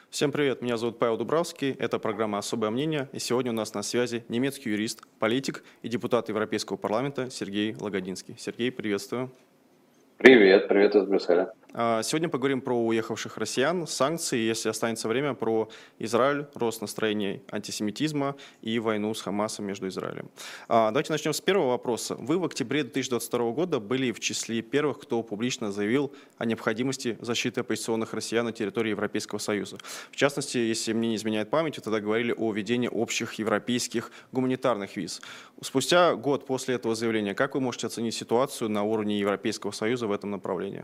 Всем привет, меня зовут Павел Дубравский, это программа «Особое мнение», и сегодня у нас на связи немецкий юрист, политик и депутат Европейского парламента Сергей Лагодинский. Сергей, приветствую. Привет, привет из Брюсселя. Сегодня поговорим про уехавших россиян, санкции, если останется время, про Израиль, рост настроений антисемитизма и войну с Хамасом между Израилем. Давайте начнем с первого вопроса. Вы в октябре 2022 года были в числе первых, кто публично заявил о необходимости защиты оппозиционных россиян на территории Европейского Союза. В частности, если мне не изменяет память, вы тогда говорили о введении общих европейских гуманитарных виз. Спустя год после этого заявления, как вы можете оценить ситуацию на уровне Европейского Союза в этом направлении?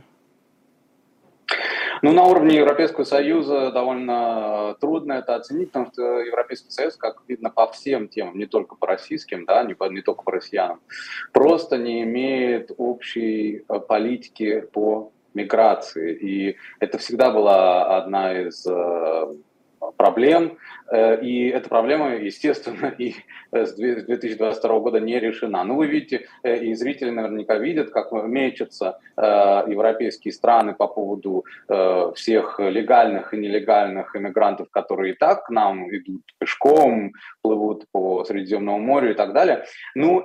Ну, на уровне Европейского Союза довольно трудно это оценить, потому что Европейский Союз, как видно по всем темам, не только по российским, да, не только по россиянам, просто не имеет общей политики по миграции. И это всегда была одна из проблем, и эта проблема, естественно, и с 2022 года не решена. Ну, вы видите, и зрители наверняка видят, как мечутся европейские страны по поводу всех легальных и нелегальных иммигрантов, которые и так к нам идут пешком, плывут по Средиземному морю и так далее. Ну,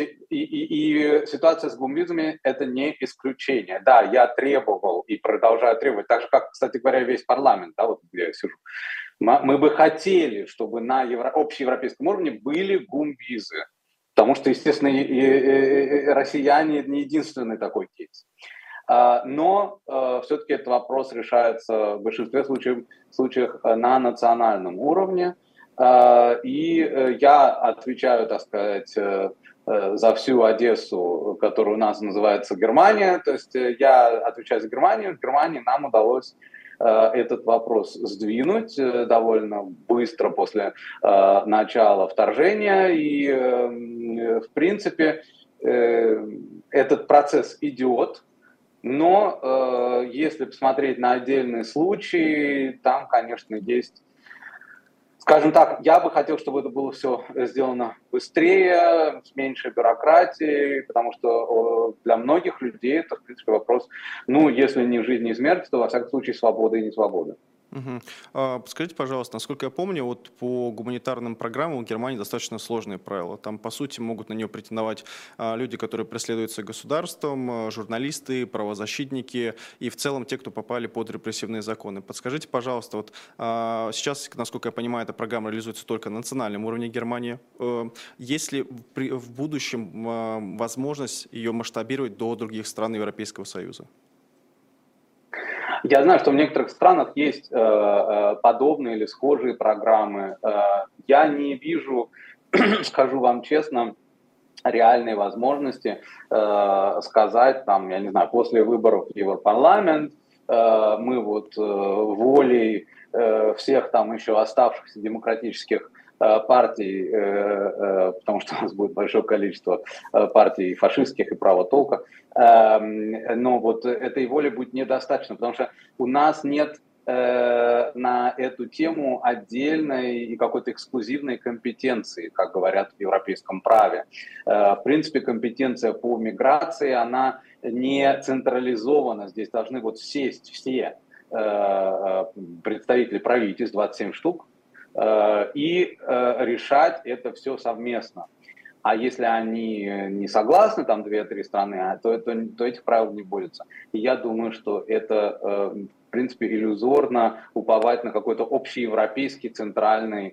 и ситуация с гумвизами – это не исключение. Да, я требовал и продолжаю требовать, так же, как, кстати говоря, весь парламент, да, вот где я сижу. Мы бы хотели, чтобы на общеевропейском уровне были гумвизы, потому что, естественно, россияне не единственный такой кейс. Но все-таки этот вопрос решается в большинстве случаев на национальном уровне. И я отвечаю, так сказать, за всю Одессу, которая у нас называется Германия. То есть я отвечаю за Германию. В Германии нам удалось этот вопрос сдвинуть довольно быстро после начала вторжения. И, в принципе, этот процесс идет. Но если посмотреть на отдельные случаи, там, конечно, есть, скажем так, я бы хотел, чтобы это было все сделано быстрее, с меньшей бюрократией, потому что для многих людей это, в принципе, вопрос, ну, если не жизни и смерти, то, во всяком случае, свободы и не свободы. Скажите, пожалуйста, насколько я помню, вот по гуманитарным программам у Германии достаточно сложные правила. Там, по сути, могут на нее претендовать люди, которые преследуются государством, журналисты, правозащитники и в целом те, кто попали под репрессивные законы. Подскажите, пожалуйста, вот сейчас, насколько я понимаю, эта программа реализуется только на национальном уровне Германии. Есть ли в будущем возможность ее масштабировать до других стран Европейского Союза? Я знаю, что в некоторых странах есть подобные или схожие программы. Я не вижу, скажу вам честно, реальной возможности сказать, там, я не знаю, после выборов в Европарламент мы вот волей всех там еще оставшихся демократических партий, потому что у нас будет большое количество партий фашистских и правотолка, но вот этой воли будет недостаточно, потому что у нас нет на эту тему отдельной и какой-то эксклюзивной компетенции, как говорят в европейском праве. В принципе, компетенция по миграции, она не централизована. Здесь должны вот сесть все представители правительств, 27 штук, и решать это все совместно. А если они не согласны, там 2-3 страны, то этих правил не будет. И я думаю, что это, в принципе, иллюзорно уповать на какое-то общеевропейское центральное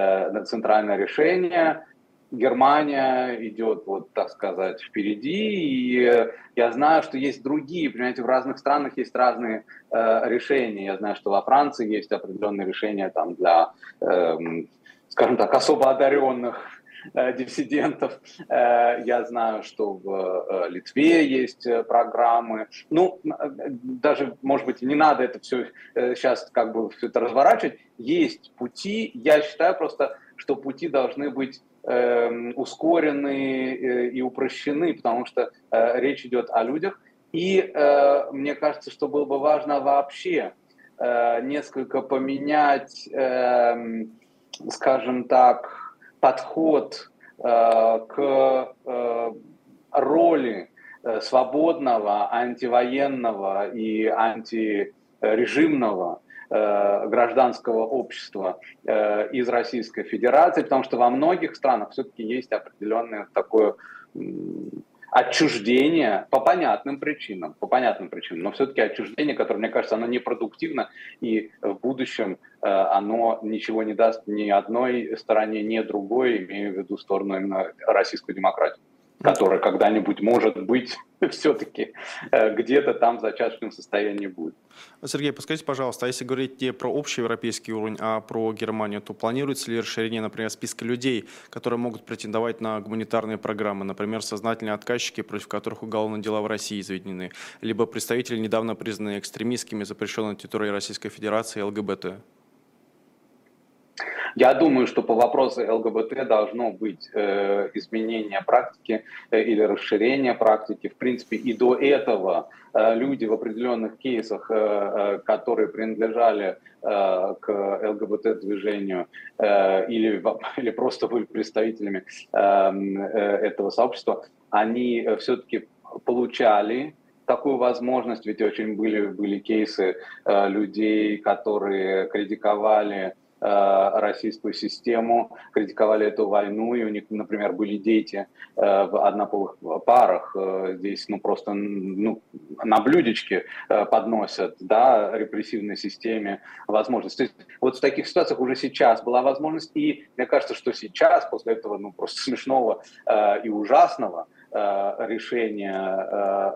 решение. Германия идет, вот так сказать, впереди, и я знаю, что есть другие, понимаете, в разных странах есть разные решения. Я знаю, что во Франции есть определенные решения там для, скажем так, особо одаренных диссидентов. Я знаю, что в Литве есть программы. Ну, даже, может быть, не надо это все сейчас как бы все это разворачивать. Есть пути. Я считаю просто, что пути должны быть ускорены и упрощены, потому что речь идет о людях. И мне кажется, что было бы важно вообще несколько поменять, скажем так, подход к роли свободного, антивоенного и антирежимного гражданского общества из Российской Федерации, потому что во многих странах все-таки есть определенное такое отчуждение по понятным причинам, но все-таки отчуждение, которое, мне кажется, оно непродуктивно, и в будущем оно ничего не даст ни одной стороне, ни другой, имею в виду сторону именно российскую демократию, которая когда-нибудь, может быть, все-таки где-то там в зачаточном состоянии будет. Сергей, подскажите, пожалуйста, а если говорить не про общий европейский уровень, а про Германию, то планируется ли расширение, например, списка людей, которые могут претендовать на гуманитарные программы, например, сознательные отказчики, против которых уголовные дела в России заведены, либо представители, недавно признанные экстремистскими, запрещенной на территории Российской Федерации ЛГБТ? Я думаю, что по вопросу ЛГБТ должно быть изменение практики или расширение практики. В принципе, и до этого люди в определенных кейсах, которые принадлежали к ЛГБТ-движению или просто были представителями этого сообщества, они все-таки получали такую возможность, ведь очень были кейсы людей, которые критиковали российскую систему, критиковали эту войну, и у них, например, были дети в однополых парах, здесь просто на блюдечке подносят, да, репрессивной системе возможность. То есть вот в таких ситуациях уже сейчас была возможность, и мне кажется, что сейчас, после этого просто смешного и ужасного решения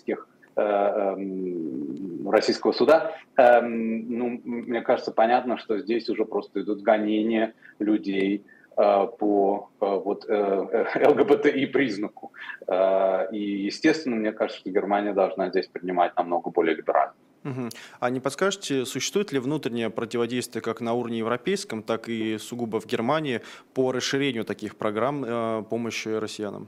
российского суда, мне кажется, понятно, что здесь уже просто идут гонения людей по ЛГБТИ признаку. И, естественно, мне кажется, что Германия должна здесь принимать намного более либерально. А не подскажете, существует ли внутреннее противодействие как на уровне европейском, так и сугубо в Германии по расширению таких программ помощи россиянам?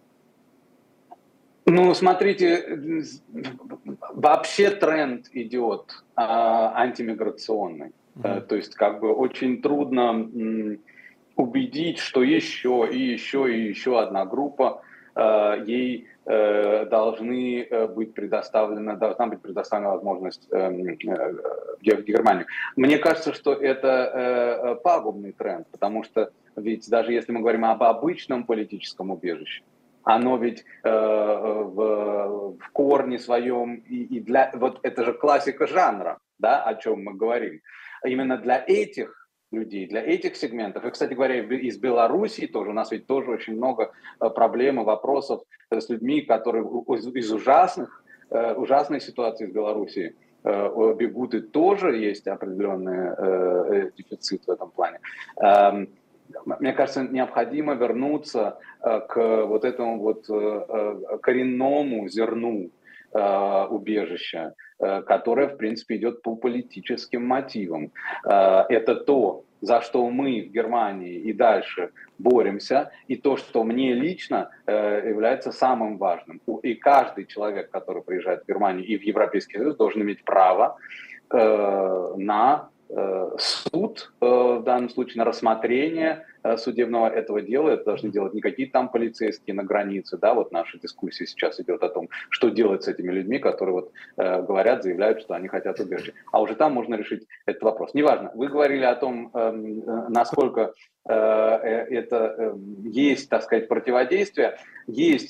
Смотрите, вообще тренд идет антимиграционный. То есть очень трудно убедить, что еще одна группа, ей должна быть предоставлена возможность в Германию. Мне кажется, что это пагубный тренд, потому что ведь даже если мы говорим об обычном политическом убежище, оно ведь в корне своем это же классика жанра, да, о чем мы говорим. Именно для этих людей, для этих сегментов. И, кстати говоря, из Белоруссии тоже, у нас ведь тоже очень много проблем и вопросов с людьми, которые из ужасной ситуации из Белоруссии бегут, и тоже есть определенный дефицит в этом плане. Мне кажется, необходимо вернуться к этому коренному зерну убежища, которое, в принципе, идет по политическим мотивам. Это то, за что мы в Германии и дальше боремся, и то, что мне лично является самым важным. И каждый человек, который приезжает в Германию и в Европейский Союз, должен иметь право на суд, в данном случае на рассмотрение судебного этого дела. Это должны делать не какие-то там полицейские на границе, да, вот наша дискуссия сейчас идет о том, что делать с этими людьми, которые говорят, заявляют, что они хотят убежища. А уже там можно решить этот вопрос. Неважно, вы говорили о том, насколько это есть, так сказать, противодействие, есть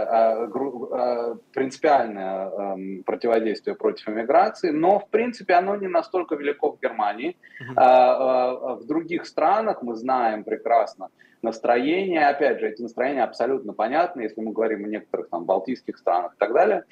принципиальное противодействие против иммиграции, но, в принципе, оно не настолько велико в Германии. В других странах мы знаем прекрасно настроения, опять же, эти настроения абсолютно понятны, если мы говорим о некоторых там балтийских странах и так далее.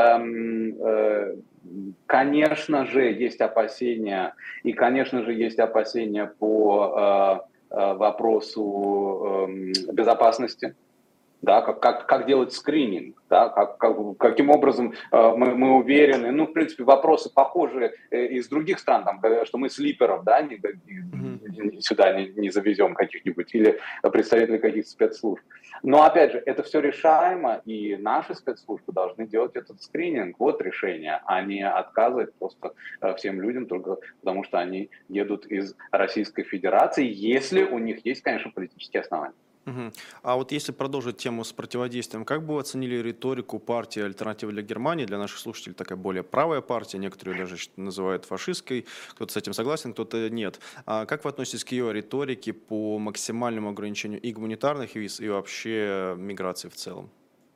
Конечно же, есть опасения, и, конечно же, есть опасения по вопросу безопасности, да, как делать скрининг, да, каким образом мы уверены, в принципе, вопросы похожие из других стран, там, что мы слиперов, да, сюда не завезем каких-нибудь, или представителей каких-то спецслужб. Но, опять же, это все решаемо, и наши спецслужбы должны делать этот скрининг, вот решение, а не отказывать просто всем людям только потому, что они едут из Российской Федерации, если у них есть, конечно, политические основания. Мгм. А вот если продолжить тему с противодействием, как бы вы оценили риторику партии «Альтернатива для Германии»? Для наших слушателей такая более правая партия, некоторые ее даже называют фашистской, кто-то с этим согласен, кто-то нет. А как вы относитесь к ее риторике по максимальному ограничению и гуманитарных виз, и вообще миграции в целом?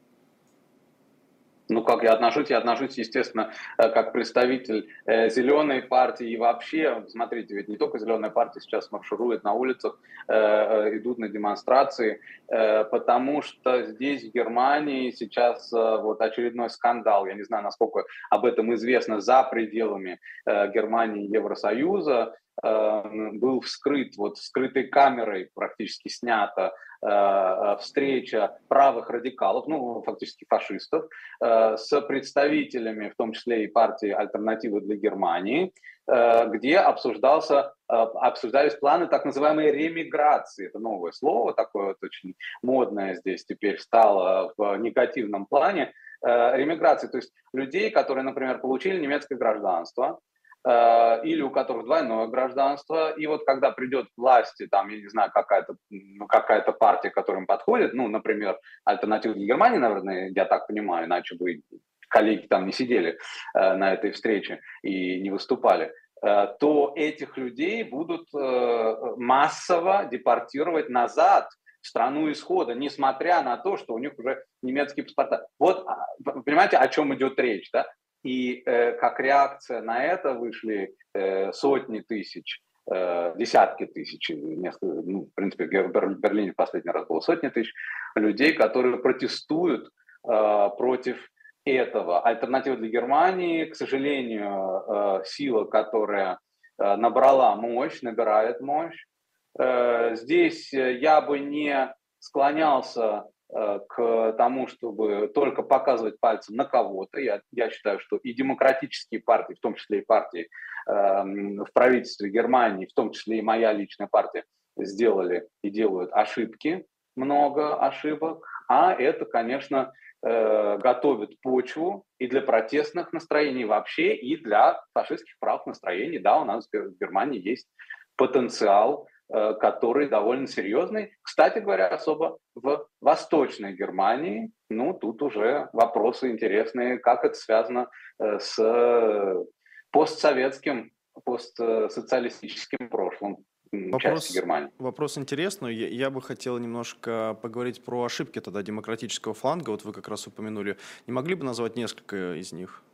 Ну, как я отношусь, естественно, как представитель зеленой партии и вообще, смотрите, ведь не только зеленая партия сейчас марширует на улицах, идут на демонстрации, потому что здесь, в Германии, сейчас вот очередной скандал, я не знаю, насколько об этом известно за пределами Германии и Евросоюза, был вскрыт, вот скрытой камерой практически снята встреча правых радикалов, ну, фактически фашистов, с представителями, в том числе и партии «Альтернативы для Германии», где обсуждались планы так называемой ремиграции. Это новое слово, такое вот очень модное здесь теперь стало в негативном плане. Ремиграции, то есть людей, которые, например, получили немецкое гражданство, или у которых двойное гражданство, и вот когда придет к власти, там, я не знаю, какая-то партия, которая им подходит, ну, например, «Альтернатива для Германии», наверное, я так понимаю, иначе бы коллеги там не сидели на этой встрече и не выступали, то этих людей будут массово депортировать назад в страну исхода, несмотря на то, что у них уже немецкие паспорта. Вот, понимаете, о чем идет речь, да? И как реакция на это вышли сотни тысяч, десятки тысяч, ну, в принципе, в Берлине в последний раз было сотни тысяч людей, которые протестуют против этого. Альтернатива для Германии, к сожалению, сила, которая набирает мощь. Здесь я бы не склонялся к тому, чтобы только показывать пальцем на кого-то. Я считаю, что и демократические партии, в том числе и партии в правительстве Германии, в том числе и моя личная партия, сделали и делают ошибки, много ошибок, а это, конечно, готовит почву и для протестных настроений вообще, и для фашистских правых настроений. Да, у нас в Германии есть потенциал, который довольно серьезный. Кстати говоря, особо в Восточной Германии, ну, тут уже вопросы интересные, как это связано с постсоветским, постсоциалистическим прошлым части Вопрос, Германии. вопрос интересный. Я бы хотел немножко поговорить про ошибки тогда демократического фланга. Вот вы как раз упомянули. Не могли бы назвать несколько из них?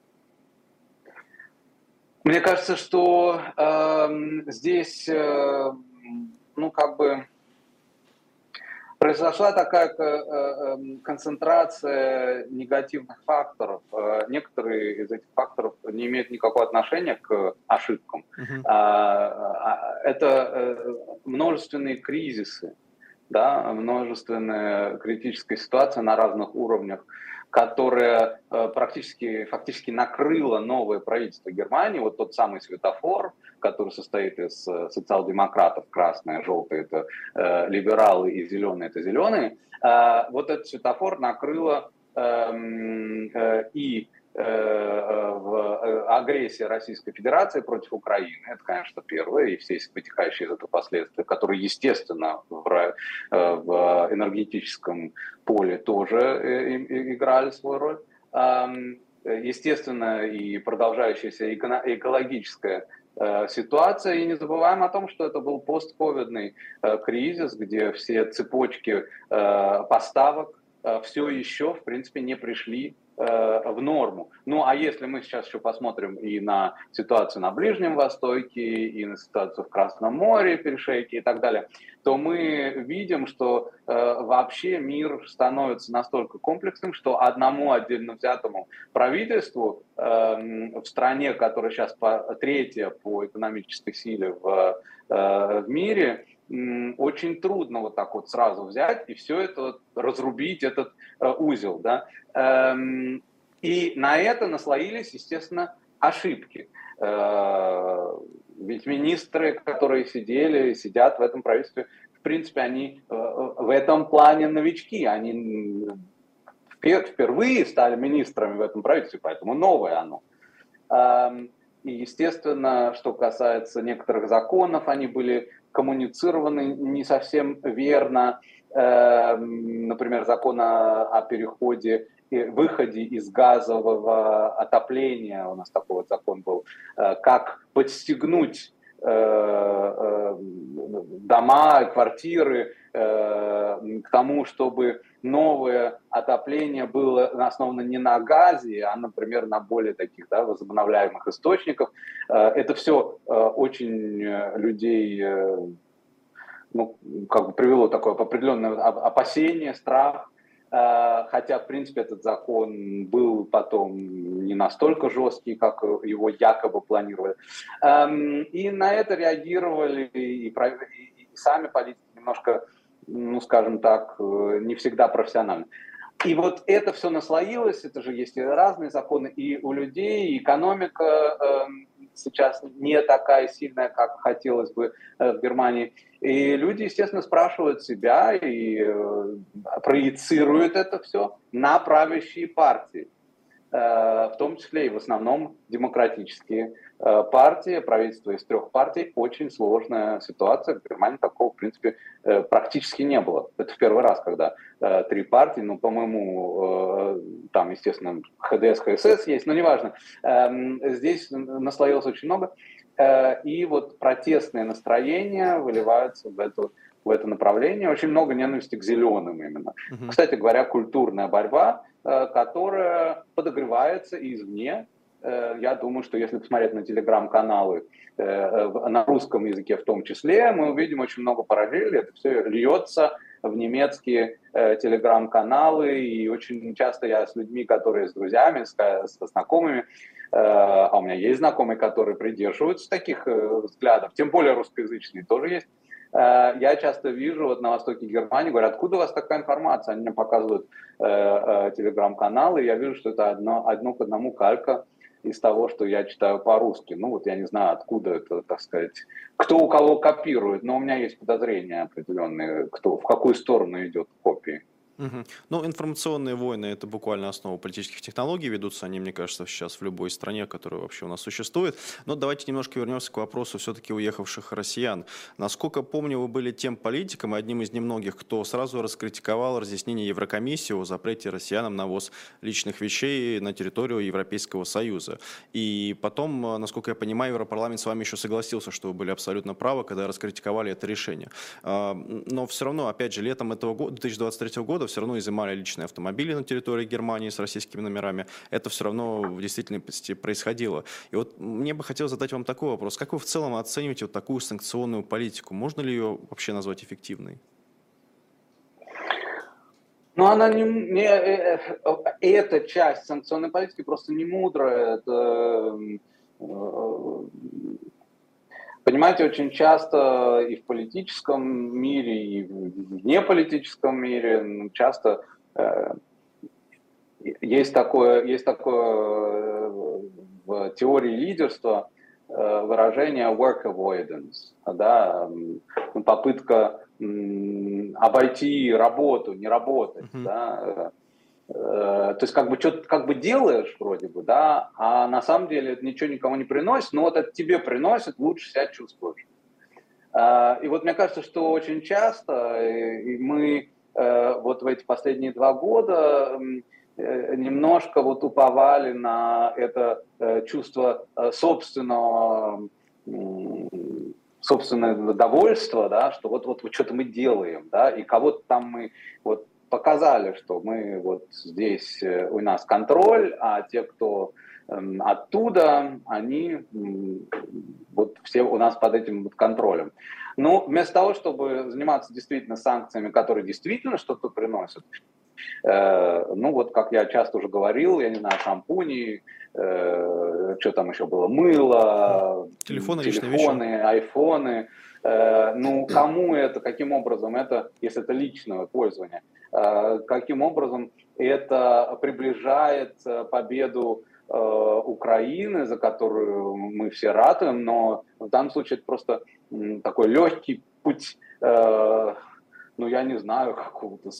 Мне кажется, что здесь, ну, как бы произошла такая концентрация негативных факторов. Некоторые из этих факторов не имеют никакого отношения к ошибкам. Мгм. Это множественные кризисы, да, множественная критическая ситуация на разных уровнях, которая фактически накрыла новое правительство Германии, вот тот самый светофор, который состоит из социал-демократов, красное, желтое – это либералы, и зеленые – это зеленые, вот этот светофор накрыло и в агрессии Российской Федерации против Украины. Это, конечно, первое, и все вытекающие из этого последствия, которые, естественно, в энергетическом поле тоже играли свою роль. Естественно, и продолжающаяся экологическая ситуация. И не забываем о том, что это был постковидный кризис, где все цепочки поставок все еще, в принципе, не пришли в норму. Ну, а если мы сейчас еще посмотрим и на ситуацию на Ближнем Востоке, и на ситуацию в Красном море, перешейке и так далее, то мы видим, что вообще мир становится настолько комплексным, что одному отдельно взятому правительству в стране, которая сейчас третья по экономической силе в мире, очень трудно вот так вот сразу взять и все это вот разрубить, этот узел, да. И на это наслоились, естественно, ошибки. Ведь министры, которые сидят в этом правительстве, в принципе, они в этом плане новички, они впервые стали министрами в этом правительстве, поэтому новое оно. И, естественно, что касается некоторых законов, они были коммуницированы не совсем верно. Например, закон о переходе и выходе из газового отопления, у нас такой вот закон был, как подстегнуть дома, квартиры к тому, чтобы новое отопление было основано не на газе, а, например, на более таких, да, возобновляемых источниках. Это все очень людей, ну, как бы привело такое определенное опасение, страх. Хотя, в принципе, этот закон был потом не настолько жесткий, как его якобы планировали. И на это реагировали и сами политики немножко, ну, скажем так, не всегда профессионально. И вот это все наслоилось, это же есть и разные законы, и у людей и экономика сейчас не такая сильная, как хотелось бы в Германии. И люди, естественно, спрашивают себя и проецируют это все на правящие партии, в том числе и в основном демократические партии, правительство из 3 партий. Очень сложная ситуация. В Германии такого, в принципе, практически не было. Это в первый раз, когда 3 партии, ну, по-моему, там, естественно, ХДС, ХСС есть, но неважно. Здесь наслоилось очень много. И вот протестные настроения выливаются в это направление. Очень много ненависти к зеленым именно. Кстати говоря, культурная борьба, которая подогревается извне. Я думаю, что если посмотреть на телеграм-каналы на русском языке в том числе, мы увидим очень много параллелей. Это все льется в немецкие телеграм-каналы. И очень часто я с людьми, которые с друзьями, со знакомыми, а у меня есть знакомые, которые придерживаются таких взглядов, тем более русскоязычные тоже есть. Я часто вижу вот на востоке Германии, говорят, откуда у вас такая информация? Они мне показывают телеграм-каналы, и я вижу, что это одно к одному калька из того, что я читаю по-русски. Ну вот я не знаю, откуда это, так сказать, кто у кого копирует, но у меня есть подозрения определенные, в какую сторону идет копии. Ну, информационные войны – это буквально основа политических технологий. Ведутся они, мне кажется, сейчас в любой стране, которая вообще у нас существует. Но давайте немножко вернемся к вопросу все-таки уехавших россиян. Насколько помню, вы были тем политиком и одним из немногих, кто сразу раскритиковал разъяснение Еврокомиссии о запрете россиянам на ввоз личных вещей на территорию Европейского Союза. И потом, насколько я понимаю, Европарламент с вами еще согласился, что вы были абсолютно правы, когда раскритиковали это решение. Но все равно, опять же, летом этого года, 2023 года, все равно изымали личные автомобили на территории Германии с российскими номерами. Это все равно в действительности происходило. И вот мне бы хотелось задать вам такой вопрос. Как вы в целом оцениваете вот такую санкционную политику? Можно ли ее вообще назвать эффективной? Ну, она эта часть санкционной политики просто не мудрая. Это, понимаете, очень часто и в политическом мире, и в неполитическом мире часто есть такое в теории лидерства выражение work avoidance, да, попытка обойти работу, не работать, да. То есть как бы что-то как бы делаешь вроде бы, да, а на самом деле это ничего никому не приносит, но вот это тебе приносит, лучше себя чувствуешь. И вот мне кажется, что очень часто и мы вот в эти последние 2 года немножко вот уповали на это чувство собственного довольства, да, что вот что-то мы делаем, да, и кого-то там мы вот показали, что мы вот здесь у нас контроль, а те, кто оттуда, они вот все у нас под этим контролем. Но вместо того, чтобы заниматься действительно санкциями, которые действительно что-то приносят, ну вот как я часто уже говорил, я не знаю, шампуни, что там еще было, мыло, телефоны, айфоны. Ну, кому это, каким образом это, если это личное пользование, каким образом это приближает победу Украины, за которую мы все ратуем, но в данном случае это просто такой легкий путь, ну, я не знаю, какого-то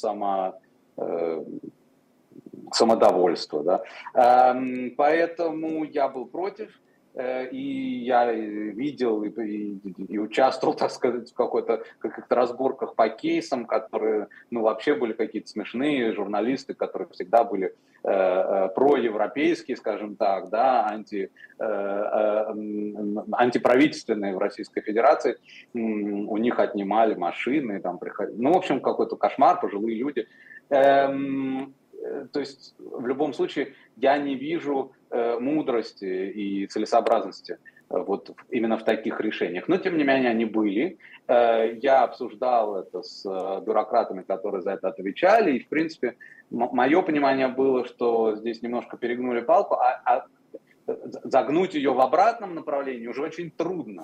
самодовольства. Да? Поэтому я был против и я видел и участвовал, так сказать, в каких-то разборках по кейсам, которые, ну, вообще были какие-то смешные, журналисты, которые всегда были проевропейские, скажем так, да, антиправительственные в Российской Федерации, у них отнимали машины, там приходили, ну, в общем, какой-то кошмар, пожилые люди. То есть в любом случае я не вижу мудрости и целесообразности вот именно в таких решениях. Но тем не менее они были. Я обсуждал это с бюрократами, которые за это отвечали. И в принципе мое понимание было, что здесь немножко перегнули палку, а загнуть ее в обратном направлении уже очень трудно.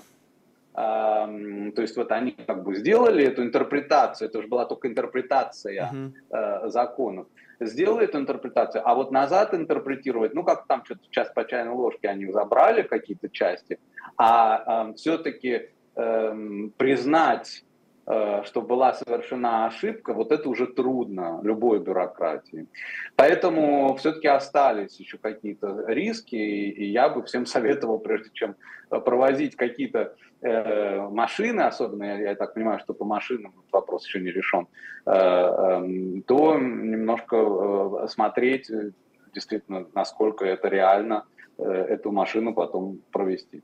То есть вот они как бы сделали эту интерпретацию, это уже была только интерпретация законов, сделали эту интерпретацию, а вот назад интерпретировать, ну как там что-то час по чайной ложке они забрали какие-то части, а все-таки признать, что была совершена ошибка, вот это уже трудно любой бюрократии. Поэтому все-таки остались еще какие-то риски, и я бы всем советовал, прежде чем провозить какие-то машины, особенно, я так понимаю, что по машинам вопрос еще не решен, то немножко смотреть действительно, насколько это реально, эту машину потом провести.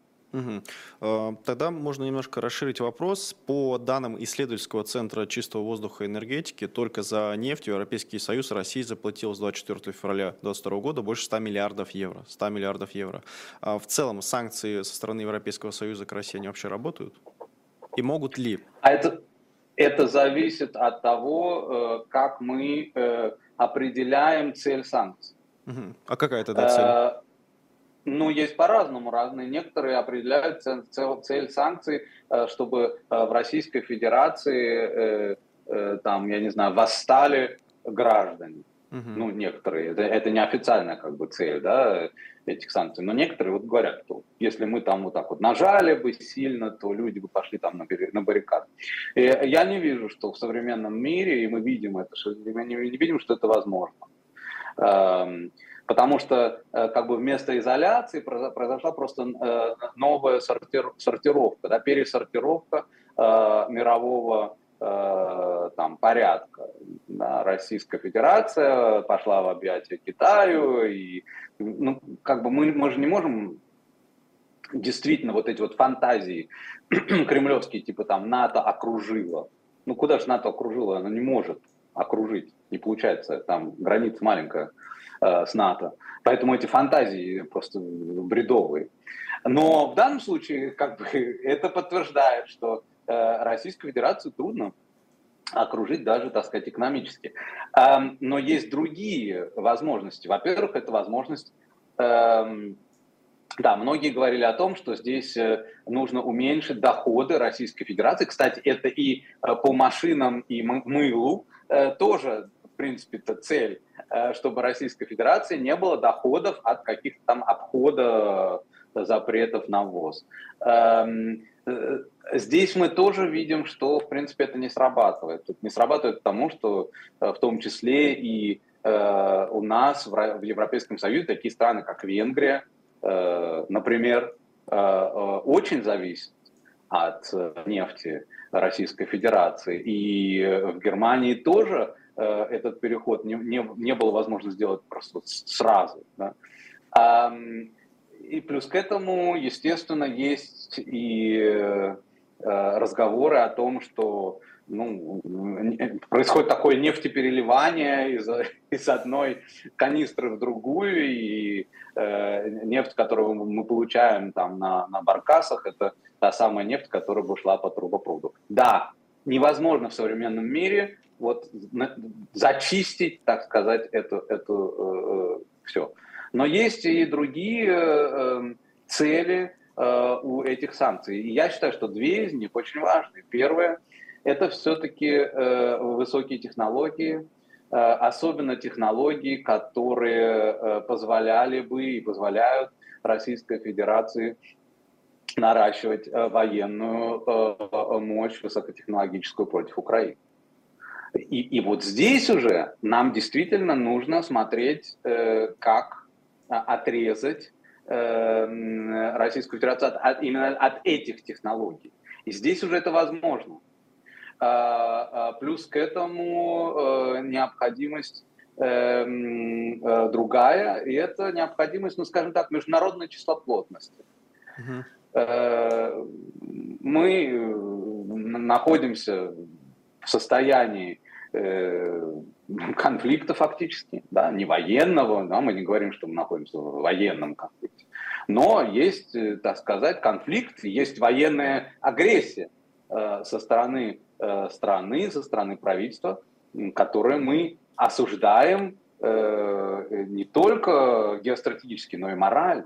Тогда можно немножко расширить вопрос. По данным исследовательского центра чистого воздуха и энергетики, только за нефть Европейский Союз России заплатил с 24 февраля 2022 года больше 100 миллиардов евро. 100 миллиардов евро. В целом санкции со стороны Европейского Союза к России, они вообще работают? И могут ли? Это зависит от того, как мы определяем цель санкций. А какая тогда цель? Ну, есть по-разному, разные. Некоторые определяют цель санкций, чтобы в Российской Федерации, там, я не знаю, восстали граждане. Ну, некоторые. Это не официальная как бы цель, да, этих санкций. Но некоторые вот говорят, что если мы там вот так вот нажали бы сильно, то люди бы пошли там на баррикады. И я не вижу, что в современном мире, и мы видим это, что мы не видим, что это возможно. Потому что как бы вместо изоляции произошла просто новая сортировка, да, пересортировка мирового там, порядка. Да, Российская Федерация пошла в объятия Китаю, и ну, как бы мы же не можем действительно вот эти вот фантазии кремлевские, типа там НАТО окружило. Ну куда же НАТО окружило? Оно не может окружить, не получается, там граница маленькая с НАТО. Поэтому эти фантазии просто бредовые. Но в данном случае как бы это подтверждает, что Российскую Федерацию трудно окружить даже, так сказать, экономически. Но есть другие возможности. Во-первых, это возможность... Да, многие говорили о том, что здесь нужно уменьшить доходы Российской Федерации. Кстати, это и по машинам, и мылу тоже, в принципе, это цель, чтобы Российской Федерации не было доходов от каких-то там обхода запретов на ввоз. Здесь мы тоже видим, что, в принципе, это не срабатывает. Это не срабатывает потому, что в том числе и у нас в Европейском Союзе такие страны, как Венгрия, например, очень зависят от нефти Российской Федерации. И в Германии тоже этот переход не было возможно сделать просто сразу. Да? И плюс к этому, естественно, есть и разговоры о том, что происходит такое нефтепереливание из одной канистры в другую, и нефть, которую мы получаем там на баркасах, это та самая нефть, которая бы шла по трубопроводу. Да, невозможно в современном мире вот зачистить, так сказать, это все. Но есть и другие цели у этих санкций. И я считаю, что две из них очень важны. Первое – это все-таки высокие технологии, особенно технологии, которые позволяли бы и позволяют Российской Федерации наращивать военную мощь высокотехнологическую против Украины. И вот здесь уже нам действительно нужно смотреть, как отрезать Российскую Федерацию именно от этих технологий. И здесь уже это возможно. Плюс к этому необходимость другая, и это необходимость, ну, скажем так, международной числоплотности. Мы находимся в состоянии конфликта фактически, да, не военного, да, мы не говорим, что мы находимся в военном конфликте, но есть, так сказать, конфликт, есть военная агрессия со стороны страны, со стороны правительства, которое мы осуждаем не только геостратегически, но и морально.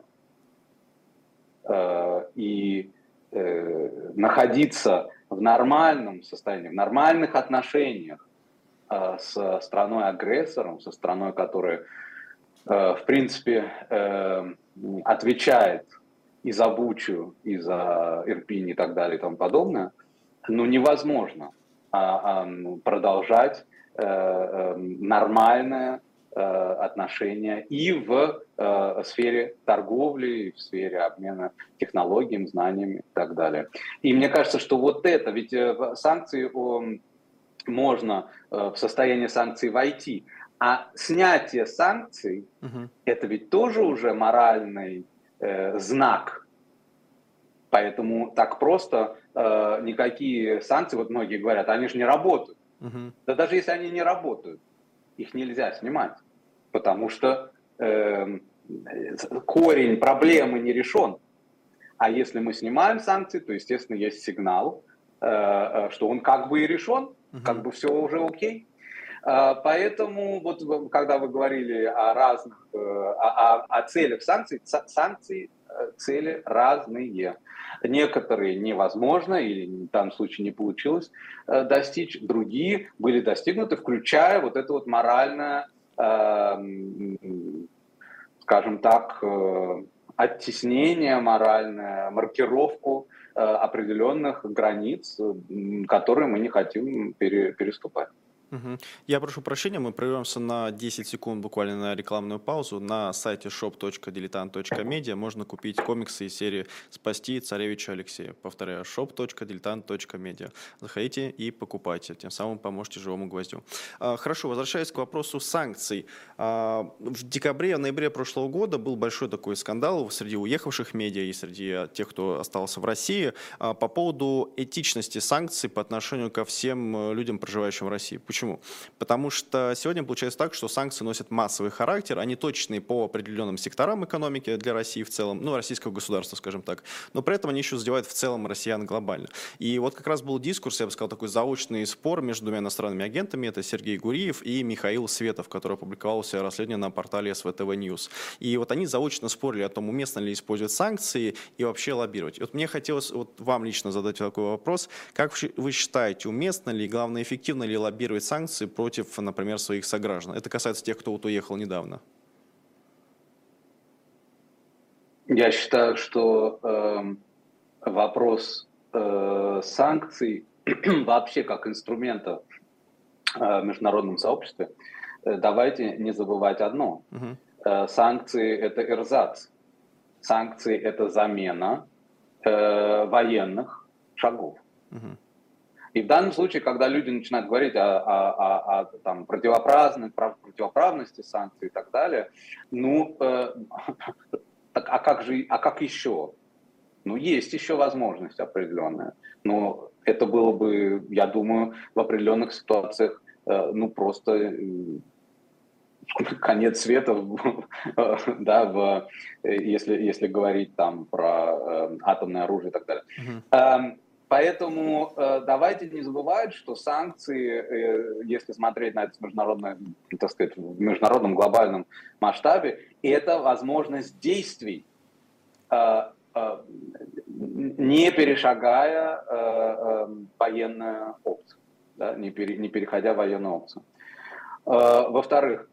И находиться в нормальном состоянии, в нормальных отношениях с страной-агрессором, со страной, которая, в принципе, отвечает и за Бучу, и за Ирпинь и так далее и тому подобное, ну, невозможно продолжать нормальное отношения и в сфере торговли, и в сфере обмена технологиями, знаниями и так далее. И мне кажется, что вот это, ведь санкции, можно в состояние санкций войти, а снятие санкций, это ведь тоже уже моральный знак. Поэтому так просто никакие санкции, вот многие говорят, они же не работают. Да даже если они не работают, их нельзя снимать, потому что корень проблемы не решен. А если мы снимаем санкции, то, естественно, есть сигнал, что он как бы и решен, как бы все уже окей. Поэтому, вот когда вы говорили о разных, о целях санкций, цели разные. Некоторые невозможно или в данном случае не получилось достичь, другие были достигнуты, включая вот это вот моральное, скажем так, оттеснение моральное, маркировку определенных границ, которые мы не хотим переступать. Я прошу прощения, мы прервемся на 10 секунд буквально на рекламную паузу. На сайте shop.diletant.media можно купить комиксы из серии «Спасти царевича Алексея». Повторяю, shop.diletant.media. Заходите и покупайте, тем самым поможете живому гвоздю. Хорошо, возвращаясь к вопросу санкций. В декабре, ноябре прошлого года был большой такой скандал среди уехавших медиа и среди тех, кто остался в России, по поводу этичности санкций по отношению ко всем людям, проживающим в России. Почему? Потому что сегодня получается так, что санкции носят массовый характер, они точные по определенным секторам экономики для России в целом, ну, российского государства, скажем так, но при этом они еще задевают в целом россиян глобально. И вот как раз был дискурс, я бы сказал, такой заочный спор между двумя иностранными агентами, это Сергей Гуриев и Михаил Светов, который опубликовал все расследование на портале СВТВ News. И вот они заочно спорили о том, уместно ли использовать санкции и вообще лоббировать. И вот мне хотелось вот вам лично задать такой вопрос, как вы считаете, уместно ли, главное, эффективно ли лоббировать санкции против, например, своих сограждан? Это касается тех, кто вот уехал недавно. Я считаю, что вопрос санкций вообще как инструмента в международном сообществе, давайте не забывать одно. Санкции – это эрзац. Санкции – это замена военных шагов. И в данном случае, когда люди начинают говорить о там, противоправности санкций и так далее, ну, а как еще? Ну, есть еще возможность определенная. Но это было бы, я думаю, в определенных ситуациях, ну, просто конец света, да, если говорить там про атомное оружие и так далее. Поэтому давайте не забывать, что санкции, если смотреть на это так сказать, в международном глобальном масштабе, это возможность действий, не перешагая военную опцию, да, не переходя военную опцию. Во-вторых,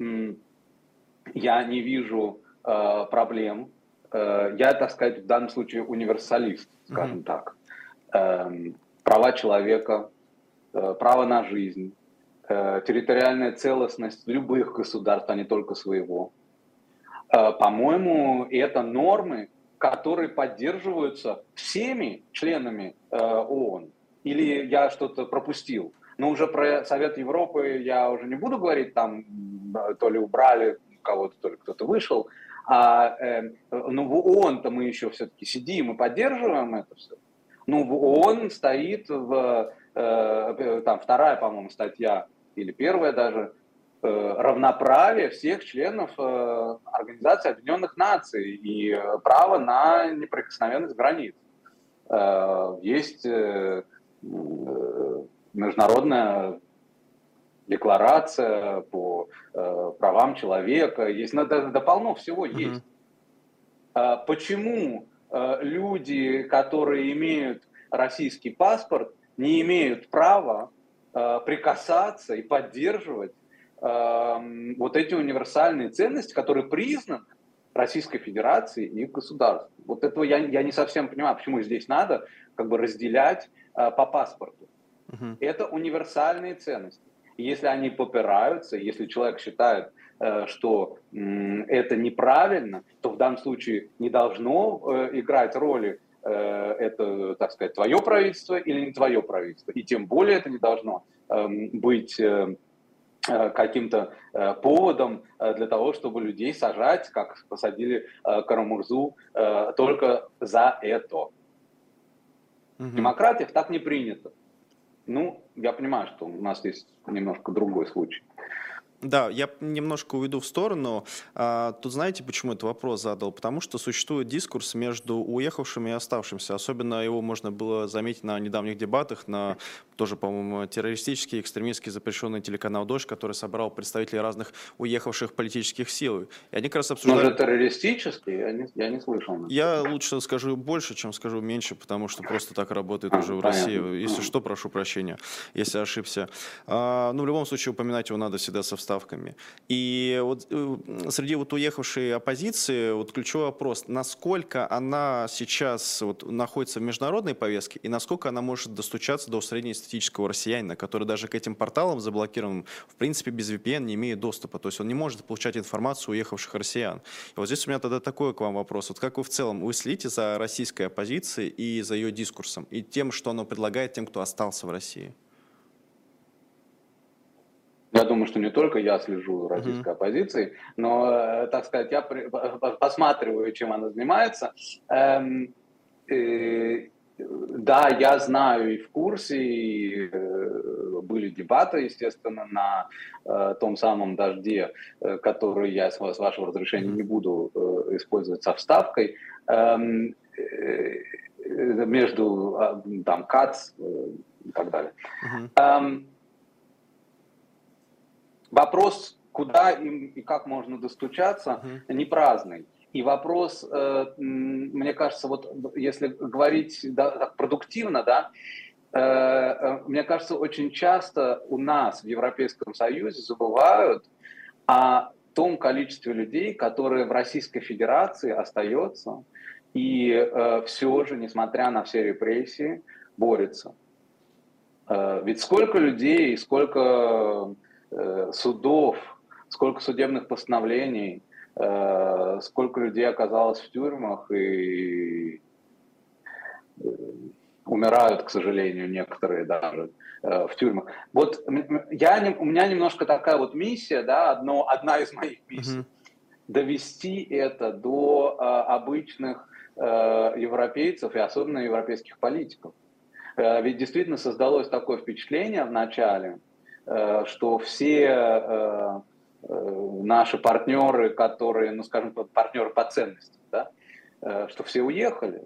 я не вижу проблем. Я, так сказать, в данном случае универсалист, скажем так. Права человека, право на жизнь, территориальная целостность любых государств, а не только своего. По-моему, это нормы, которые поддерживаются всеми членами ООН. Или я что-то пропустил? Но уже про Совет Европы я уже не буду говорить, там то ли убрали кого-то, то ли кто-то вышел. Ну, в ООН-то мы еще все-таки сидим и поддерживаем это все. Ну, в ООН стоит, там вторая, по-моему, статья, или первая даже, равноправие всех членов Организации Объединенных Наций и право на неприкосновенность границ. Есть международная декларация по правам человека, есть, да полно всего есть. Почему люди, которые имеют российский паспорт, не имеют права прикасаться и поддерживать вот эти универсальные ценности, которые признаны Российской Федерацией и государством? Вот этого я не совсем понимаю, почему здесь надо как бы разделять по паспорту. Это универсальные ценности. И если они попираются, если человек считает, что это неправильно, то в данном случае не должно играть роли это, так сказать, твое правительство или не твое правительство. И тем более это не должно быть каким-то поводом для того, чтобы людей сажать, как посадили Карамурзу, только за это. В демократиях так не принято. Ну, я понимаю, что у нас есть немножко другой случай. Да, я немножко уйду в сторону. Тут знаете, почему этот вопрос задал? Потому что существует дискурс между уехавшими и оставшимися. Особенно его можно было заметить на недавних дебатах на тоже, по-моему, террористический, экстремистский запрещенный телеканал «Дождь», который собрал представителей разных уехавших политических сил. И они как раз обсуждали... Может, террористический? Я не слышал. Я лучше скажу больше, чем скажу меньше, потому что просто так работает уже в России. Если что, прошу прощения, если ошибся. Ну, в любом случае, упоминать его надо всегда со вставками. И вот среди вот уехавшей оппозиции вот ключевой вопрос, насколько она сейчас вот находится в международной повестке и насколько она может достучаться до среднестатистического россиянина, который даже к этим порталам заблокированным, в принципе, без VPN не имеет доступа. То есть он не может получать информацию уехавших россиян. И вот здесь у меня тогда такой к вам вопрос. Вот как вы в целом, вы следите за российской оппозицией и за ее дискурсом, и тем, что оно предлагает тем, кто остался в России? Я думаю, что не только я слежу за российской оппозицией, но, так сказать, я посматриваю, чем она занимается. Да, я знаю и в курсе, и были дебаты, естественно, на том самом «Дожде», который я, с вашего разрешения, не буду использовать со вставкой, между там КАЦ и так далее. Вопрос, куда им и как можно достучаться, не праздный. И вопрос, мне кажется, вот если говорить так продуктивно, да, мне кажется, очень часто у нас в Европейском Союзе забывают о том количестве людей, которые в Российской Федерации остается и все же, несмотря на все репрессии, борется. Ведь сколько людей, сколько судов, сколько судебных постановлений, сколько людей оказалось в тюрьмах и умирают, к сожалению, некоторые даже в тюрьмах. Вот у меня немножко такая вот миссия, да, одна из моих миссий, довести это до обычных европейцев и особенно европейских политиков. Ведь действительно создалось такое впечатление в начале, что все наши партнеры, которые, ну скажем, партнеры по ценностям, да, что все уехали,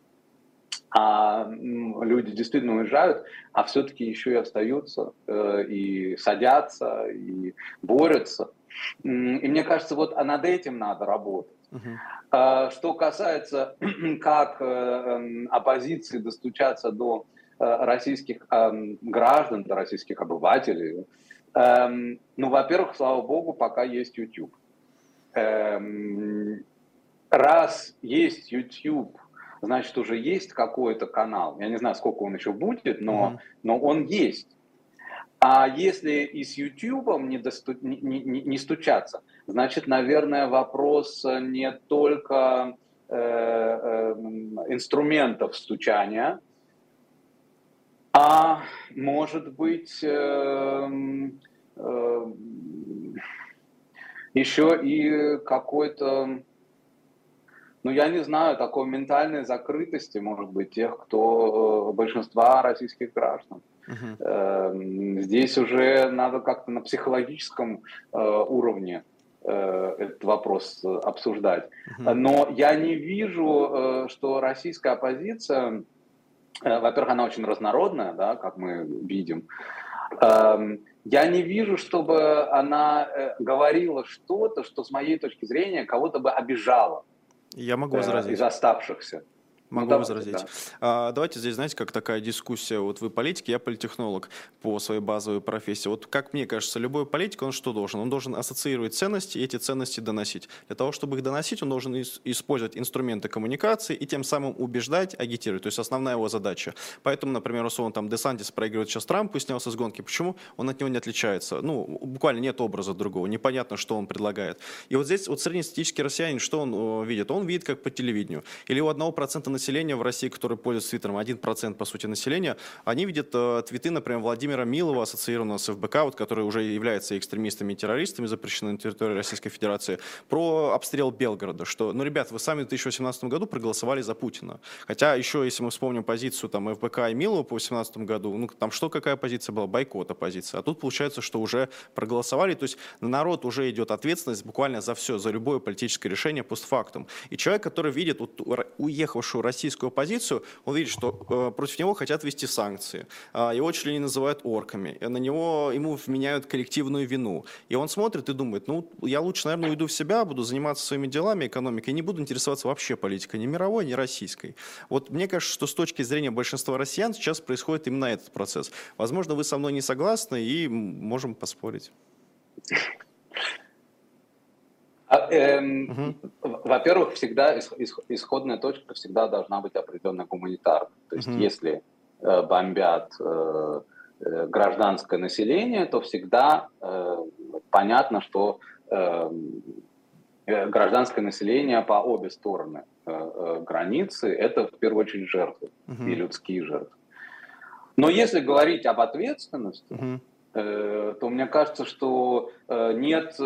а люди действительно уезжают, а все-таки еще и остаются, и садятся, и борются. И мне кажется, вот над этим надо работать. Что касается, как оппозиции достучаться до российских граждан, до российских обывателей, ну, во-первых, слава богу, пока есть YouTube. Раз есть YouTube, значит, уже есть какой-то канал. Я не знаю, сколько он еще будет, но он есть. А если и с YouTube не стучаться, значит, наверное, вопрос не только инструментов стучания, а может быть еще и какой-то, ну, я не знаю, такой ментальной закрытости, может быть, тех, кто большинства российских граждан. Мгм. Здесь уже надо как-то на психологическом уровне этот вопрос обсуждать. Мгм. Но я не вижу, что российская оппозиция, во-первых, она очень разнородная, да, как мы видим. Я не вижу, чтобы она говорила что-то, что с моей точки зрения кого-то бы обижало Я могу из возразить. оставшихся. Ну, Могу давайте, возразить. да. Давайте здесь, знаете, как такая дискуссия. Вот вы политик, я политтехнолог по своей базовой профессии. Вот как мне кажется, любой политик, он что должен? Он должен ассоциировать ценности и эти ценности доносить. Для того, чтобы их доносить, он должен использовать инструменты коммуникации и тем самым убеждать, агитировать. То есть основная его задача. Поэтому, например, условно, там Десантис проигрывает сейчас Трампу и снялся с гонки. Почему? Он от него не отличается. Ну, буквально нет образа другого. Непонятно, что он предлагает. И вот здесь вот среднестатистический россиянин, что он видит? Он видит как по телевидению. Или у 1% населения в России, который пользуется Твиттером, 1% по сути населения, они видят твиты, например, Владимира Милова, ассоциированного с ФБК, вот, который уже является экстремистами и террористами, запрещены на территории Российской Федерации, про обстрел Белгорода, что, ну, ребят, вы сами в 2018 году проголосовали за Путина. Хотя еще, если мы вспомним позицию там ФБК и Милова по 2018 году, ну, там что, какая позиция была? Бойкот оппозиции. А тут получается, что уже проголосовали, то есть на народ уже идет ответственность буквально за все, за любое политическое решение постфактум. И человек, который видит вот, уехавшую российскую оппозицию, он видит, что против него хотят ввести санкции, его чуть ли не называют орками, ему вменяют коллективную вину. И он смотрит и думает, ну, я лучше, наверное, уйду в себя, буду заниматься своими делами, экономикой, и не буду интересоваться вообще политикой, ни мировой, ни российской. Вот мне кажется, что с точки зрения большинства россиян сейчас происходит именно этот процесс. Возможно, вы со мной не согласны, и можем поспорить. Мгм. Во-первых, всегда исходная точка всегда должна быть определенно гуманитарной. То есть, Мгм. если бомбят гражданское население, то всегда понятно, что гражданское население по обе стороны границы – это в первую очередь жертвы и Мгм. людские жертвы. Но если говорить об ответственности, Мгм. то мне кажется, что нет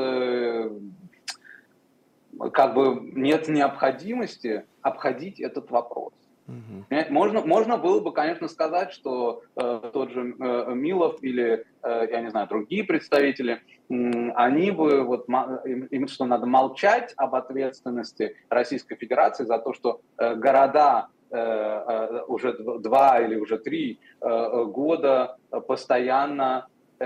как бы нет необходимости обходить этот вопрос. Мгм. Можно было бы, конечно, сказать, что тот же Милов или, я не знаю, другие представители, они бы, вот, им что надо молчать об ответственности Российской Федерации за то, что города уже 2 или уже 3 года постоянно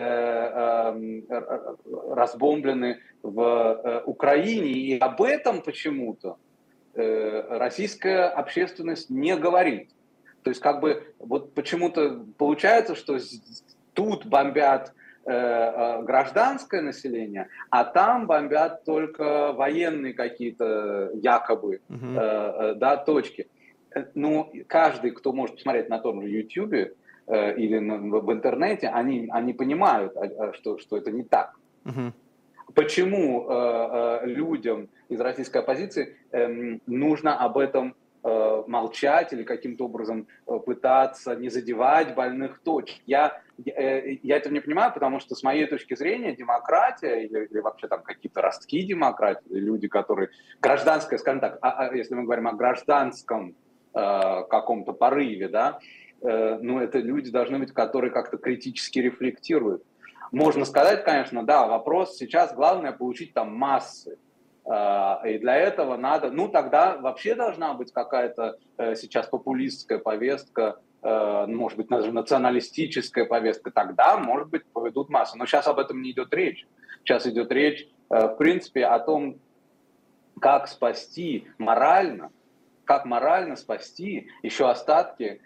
разбомблены в Украине, и об этом почему-то российская общественность не говорит. То есть как бы вот почему-то получается, что тут бомбят гражданское население, а там бомбят только военные какие-то якобы Мгм. да, точки. Ну, каждый, кто может посмотреть на том же YouTube или в интернете, они понимают, что это не так. Мгм. Почему людям из российской оппозиции нужно об этом молчать или каким-то образом пытаться не задевать больных точек? Я этого не понимаю, потому что с моей точки зрения демократия или вообще там какие-то ростки демократии, или люди, которые гражданская, скажем так, если мы говорим о гражданском каком-то порыве, да, ну это люди должны быть, которые как-то критически рефлектируют. Можно сказать, конечно, да, вопрос сейчас главное получить там массы. И для этого надо, ну тогда вообще должна быть какая-то сейчас популистская повестка, может быть, даже националистическая повестка, тогда, может быть, поведут массы. Но сейчас об этом не идет речь. Сейчас идет речь, в принципе, о том, как спасти морально, как морально спасти еще остатки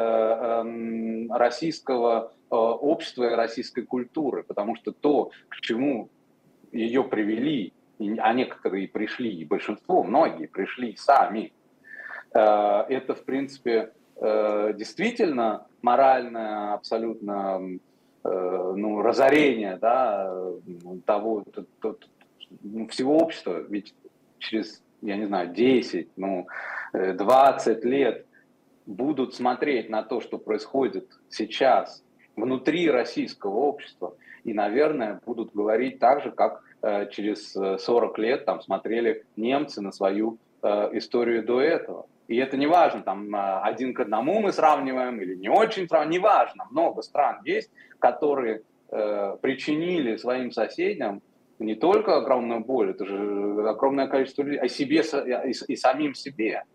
российского общества и российской культуры, потому что то, к чему ее привели, а некоторые пришли, и большинство, многие пришли сами, это, в принципе, действительно моральное абсолютно ну, разорение, да, того, всего общества, ведь через, я не знаю, 10, 20 лет будут смотреть на то, что происходит сейчас внутри российского общества, и, наверное, будут говорить так же, как через 40 лет там смотрели немцы на свою историю до этого. И это не важно, там один к одному мы сравниваем или не очень сравниваем, не важно. Много стран есть, которые причинили своим соседям не только огромную боль, это же огромное количество людей, а себе и самим себе.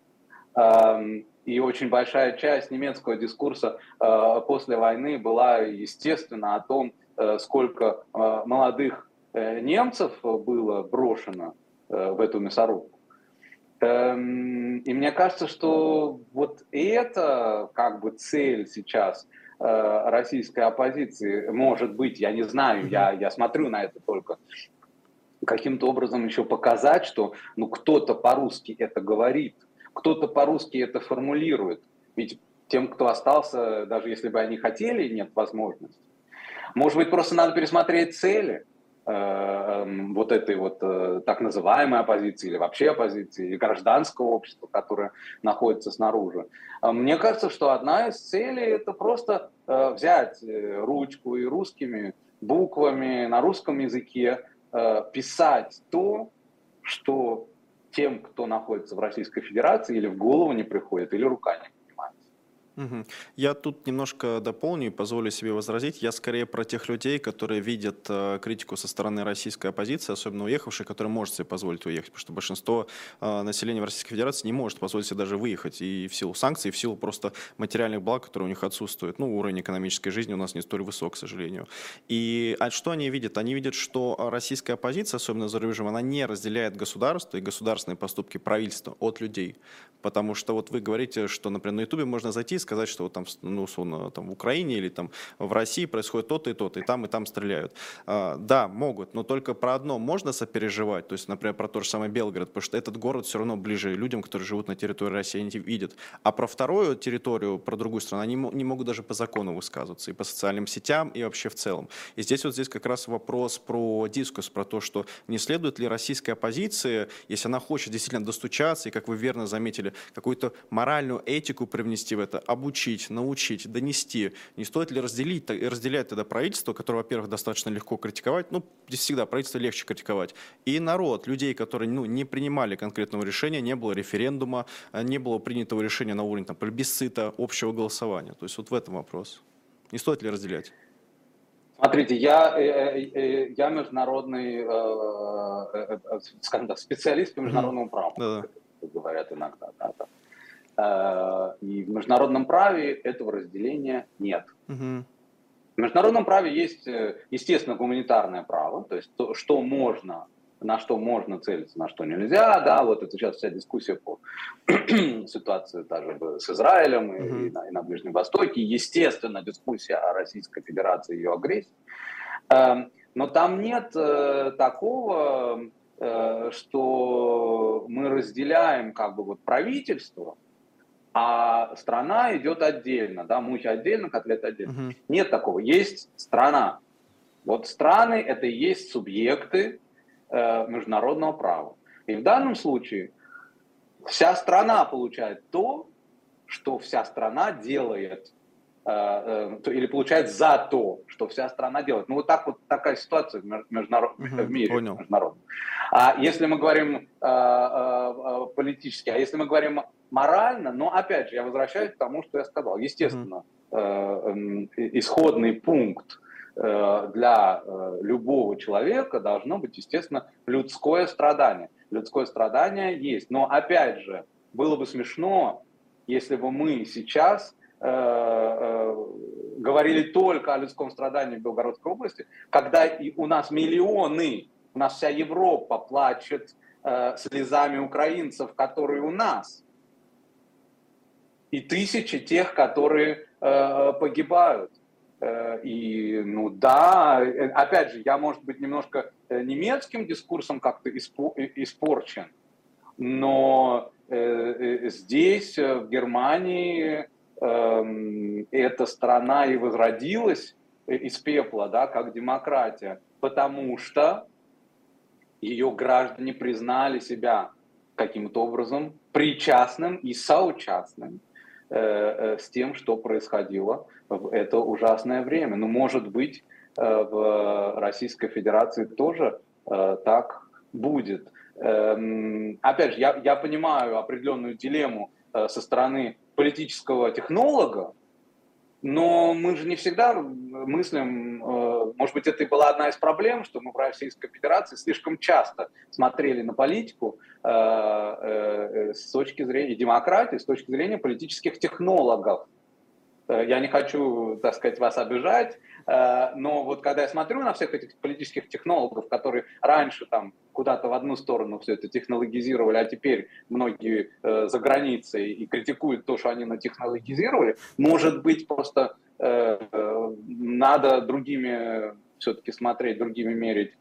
И очень большая часть немецкого дискурса после войны была, естественно, о том, сколько молодых немцев было брошено в эту мясорубку. И мне кажется, что вот это как бы цель сейчас российской оппозиции может быть, я не знаю, я смотрю на это только, каким-то образом еще показать, что кто-то по-русски это говорит, кто-то по-русски это формулирует. Ведь тем, кто остался, даже если бы они хотели, нет возможности. Может быть, просто надо пересмотреть цели вот этой вот так называемой оппозиции или вообще оппозиции, или гражданского общества, которое находится снаружи. Мне кажется, что одна из целей – это просто взять ручку и русскими буквами на русском языке писать то, что тем, кто находится в Российской Федерации, или в голову не приходит, или рука не поднимается. Я тут немножко дополню и позволю себе возразить. Я скорее про тех людей, которые видят критику со стороны российской оппозиции, особенно уехавших, которые может себе позволить уехать, потому что большинство населения в Российской Федерации не может позволить себе даже выехать и в силу санкций, и в силу просто материальных благ, которые у них отсутствуют. Уровень экономической жизни у нас не столь высок, к сожалению. А что они видят? Они видят, что российская оппозиция, особенно за рубежом, она не разделяет государство и государственные поступки правительства от людей. Потому что вот вы говорите, что, например, на Ютубе можно зайти и сказать, что вот там, условно, там в Украине или там в России происходит то-то, и там стреляют. Да, могут, но только про одно можно сопереживать, то есть, например, про то же самое Белгород, потому что этот город все равно ближе людям, которые живут на территории России, они видят. А про вторую территорию, про другую страну, они не могут даже по закону высказываться, и по социальным сетям, и вообще в целом. И здесь как раз вопрос про дискурс, про то, что не следует ли российская оппозиция, если она хочет действительно достучаться, и, как вы верно заметили, какую-то моральную этику привнести в это, обучить, научить, донести. Не стоит ли разделять тогда правительство, которое, во-первых, достаточно легко критиковать, здесь всегда правительство легче критиковать, и народ, людей, которые не принимали конкретного решения, не было референдума, не было принятого решения на уровне плебисцита, общего голосования. То есть вот в этом вопрос. Не стоит ли разделять? Смотрите, я международный, скажем так, специалист по международному праву, как говорят иногда. И в международном праве этого разделения нет. В международном праве есть, естественно, гуманитарное право, то есть то, что можно, на что можно целиться, на что нельзя. Да, вот это сейчас вся дискуссия по ситуации даже с Израилем и на Ближнем Востоке. Естественно, дискуссия о Российской Федерации и ее агрессии. Но там нет такого, что мы разделяем как бы вот правительство, а страна идет отдельно, да, мухи отдельно, котлеты отдельно. Нет такого, есть страна. Вот страны – это и есть субъекты международного права. И в данном случае вся страна получает то, что вся страна делает, или получает за то, что вся страна делает. Вот так вот такая ситуация в мире международном. А если мы говорим политически, а если мы говорим морально, но опять же, я возвращаюсь к тому, что я сказал. Естественно, исходный пункт для любого человека должно быть, естественно, людское страдание. Людское страдание есть. Но опять же, было бы смешно, если бы мы сейчас говорили только о людском страдании в Белгородской области, когда и у нас миллионы, у нас вся Европа плачет слезами украинцев, которые у нас. И тысячи тех, которые погибают. И, опять же, я, может быть, немножко немецким дискурсом как-то испорчен, но здесь, в Германии, эта страна и возродилась из пепла, да, как демократия, потому что ее граждане признали себя каким-то образом причастным и соучастным с тем, что происходило в это ужасное время. Но, может быть, в Российской Федерации тоже так будет. Опять же, я понимаю определенную дилемму со стороны политического технолога, но мы же не всегда мыслим, может быть, это и была одна из проблем, что мы в Российской Федерации слишком часто смотрели на политику с точки зрения демократии, с точки зрения политических технологов. Я не хочу, так сказать, вас обижать, но вот когда я смотрю на всех этих политических технологов, которые раньше там куда-то в одну сторону все это технологизировали, а теперь многие за границей и критикуют то, что они натехнологизировали, может быть, просто надо другими все-таки смотреть, другими мерить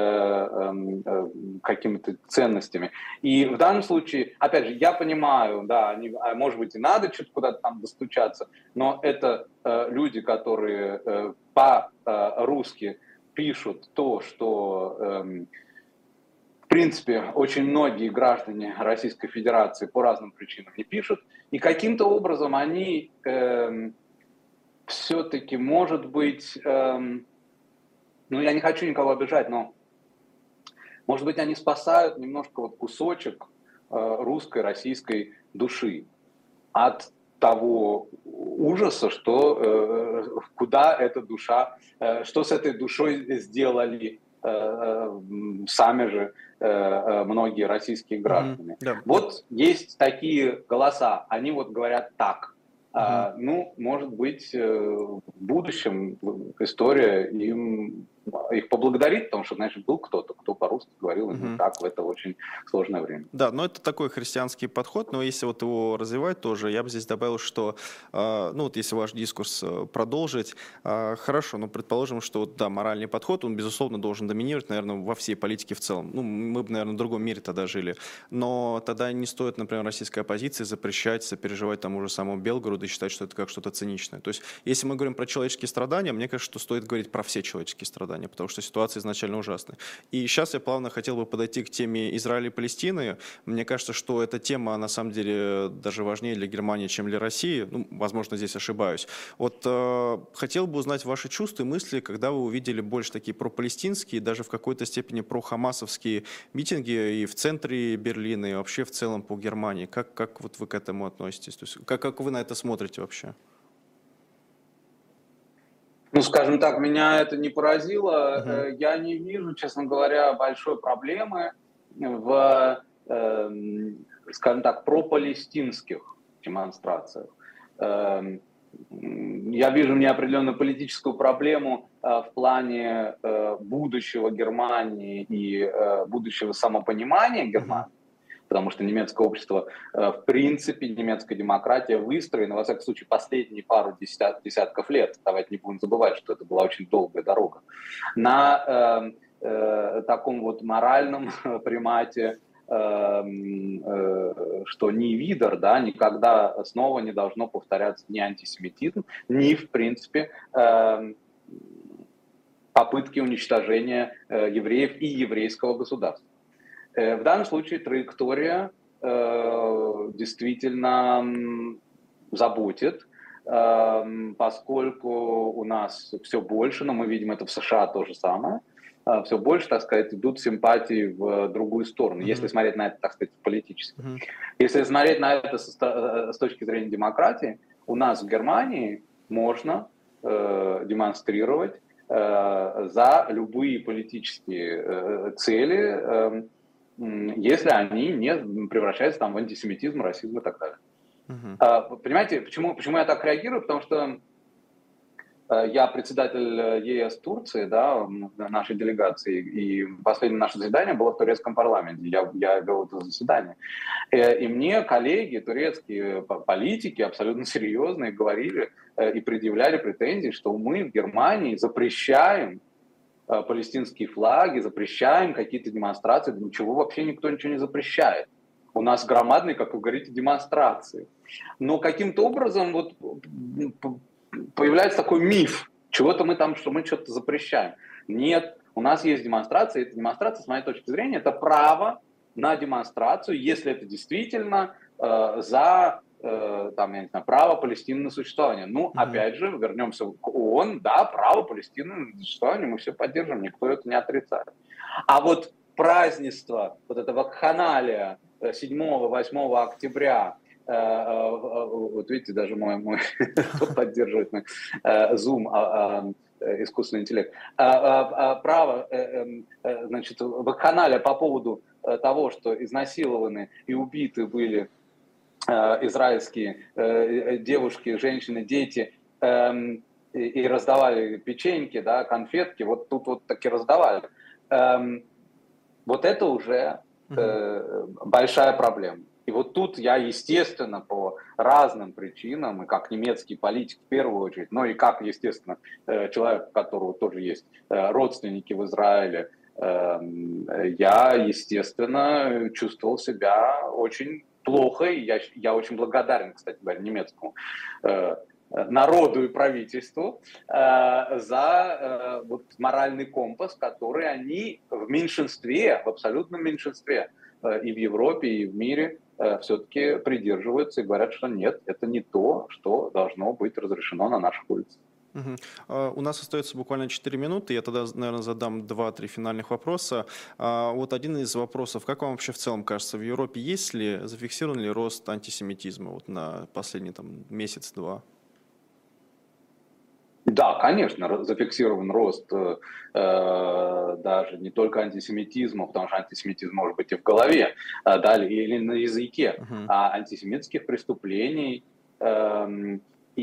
какими-то ценностями. И в данном случае, опять же, я понимаю, да, может быть, и надо что-то куда-то там достучаться, но это люди, которые по-русски пишут то, что, в принципе, очень многие граждане Российской Федерации по разным причинам не пишут, и каким-то образом они все-таки, может быть, ну, я не хочу никого обижать, но, может быть, они спасают немножко вот кусочек русской, российской души от того ужаса, что куда эта душа, что с этой душой сделали сами же многие российские граждане. Да. Вот есть такие голоса, они вот говорят так. Ну, может быть, в будущем история их поблагодарит, потому что, значит, был кто-то, кто по-русски говорил именно так в это очень сложное время. Да, но это такой христианский подход, но если вот его развивать тоже, я бы здесь добавил, что, ну вот если ваш дискурс продолжить, хорошо, но предположим, что да, моральный подход, он, безусловно, должен доминировать, наверное, во всей политике в целом. Ну, мы бы, наверное, в другом мире тогда жили, но тогда не стоит, например, российской оппозиции запрещать, сопереживать тому же самому Белгороду и считать, что это как что-то циничное. То есть, если мы говорим про человеческие страдания, мне кажется, что стоит говорить про все человеческие страдания, потому что ситуация изначально ужасная. И сейчас я плавно хотел бы подойти к теме Израиля и Палестины. Мне кажется, что эта тема, на самом деле, даже важнее для Германии, чем для России. Ну, возможно, здесь ошибаюсь. Вот хотел бы узнать ваши чувства и мысли, когда вы увидели больше такие пропалестинские, даже в какой-то степени прохамасовские митинги и в центре Берлина, и вообще в целом по Германии. Как вот вы к этому относитесь? То есть, как вы на это смотрите вообще? Ну, скажем так, меня это не поразило. Я не вижу, честно говоря, большой проблемы в, скажем так, пропалестинских демонстрациях. Я вижу неопределенную политическую проблему в плане будущего Германии и будущего самопонимания Германии. Потому что немецкое общество, в принципе, немецкая демократия выстроена, во всяком случае, последние пару десятков лет, давайте не будем забывать, что это была очень долгая дорога, на таком вот моральном примате, что ни видер, да, никогда снова не должно повторяться ни антисемитизм, ни, в принципе, попытки уничтожения евреев и еврейского государства. В данном случае траектория действительно заботит, поскольку у нас все больше, но мы видим это в США то же самое, все больше, так сказать, идут симпатии в другую сторону, если смотреть на это, так сказать, политически. Если смотреть на это с точки зрения демократии, у нас в Германии можно демонстрировать за любые политические цели, если они не превращаются там в антисемитизм, расизм и так далее. Понимаете, почему я так реагирую? Потому что я председатель ЕС Турции, да, нашей делегации, и последнее наше заседание было в турецком парламенте. Я вел это заседание. И мне коллеги, турецкие политики, абсолютно серьезные, говорили и предъявляли претензии, что мы в Германии запрещаем палестинские флаги, запрещаем какие-то демонстрации, ничего вообще никто ничего не запрещает. У нас громадные, как вы говорите, демонстрации. Но каким-то образом вот появляется такой миф, чего-то мы там, что мы что-то запрещаем. Нет, У нас есть демонстрация, и эта демонстрация, с моей точки зрения, это право на демонстрацию, если это действительно за там, я не знаю, право Палестины на существование. Ну, опять же, вернемся к ООН, да, право Палестины на существование мы все поддерживаем, никто это не отрицает. А вот празднество, вот это вакханалия 7-8 октября, вот видите, даже мой поддерживает мой Zoom, искусственный интеллект, право, значит, вакханалия по поводу того, что изнасилованы и убиты были израильские девушки, женщины, дети, и раздавали печеньки, да, конфетки, вот тут вот таки раздавали. Вот это уже большая проблема. И вот тут я, естественно, по разным причинам, и как немецкий политик в первую очередь, но и как, естественно, человек, у которого тоже есть родственники в Израиле, я, естественно, чувствовал себя очень плохо, и я очень благодарен, кстати говоря, немецкому народу и правительству за вот моральный компас, который они в меньшинстве, в абсолютном меньшинстве и в Европе, и в мире все-таки придерживаются и говорят, что нет, это не то, что должно быть разрешено на наших улицах. У нас остается буквально 4 минуты. Я тогда, наверное, задам 2-3 финальных вопроса. Вот один из вопросов. Как вам вообще в целом кажется, в Европе есть ли, зафиксирован ли рост антисемитизма вот на последний месяц-два? Да, конечно, зафиксирован рост даже не только антисемитизма, потому что антисемитизм может быть и в голове, да, или на языке, а антисемитских преступлений. Но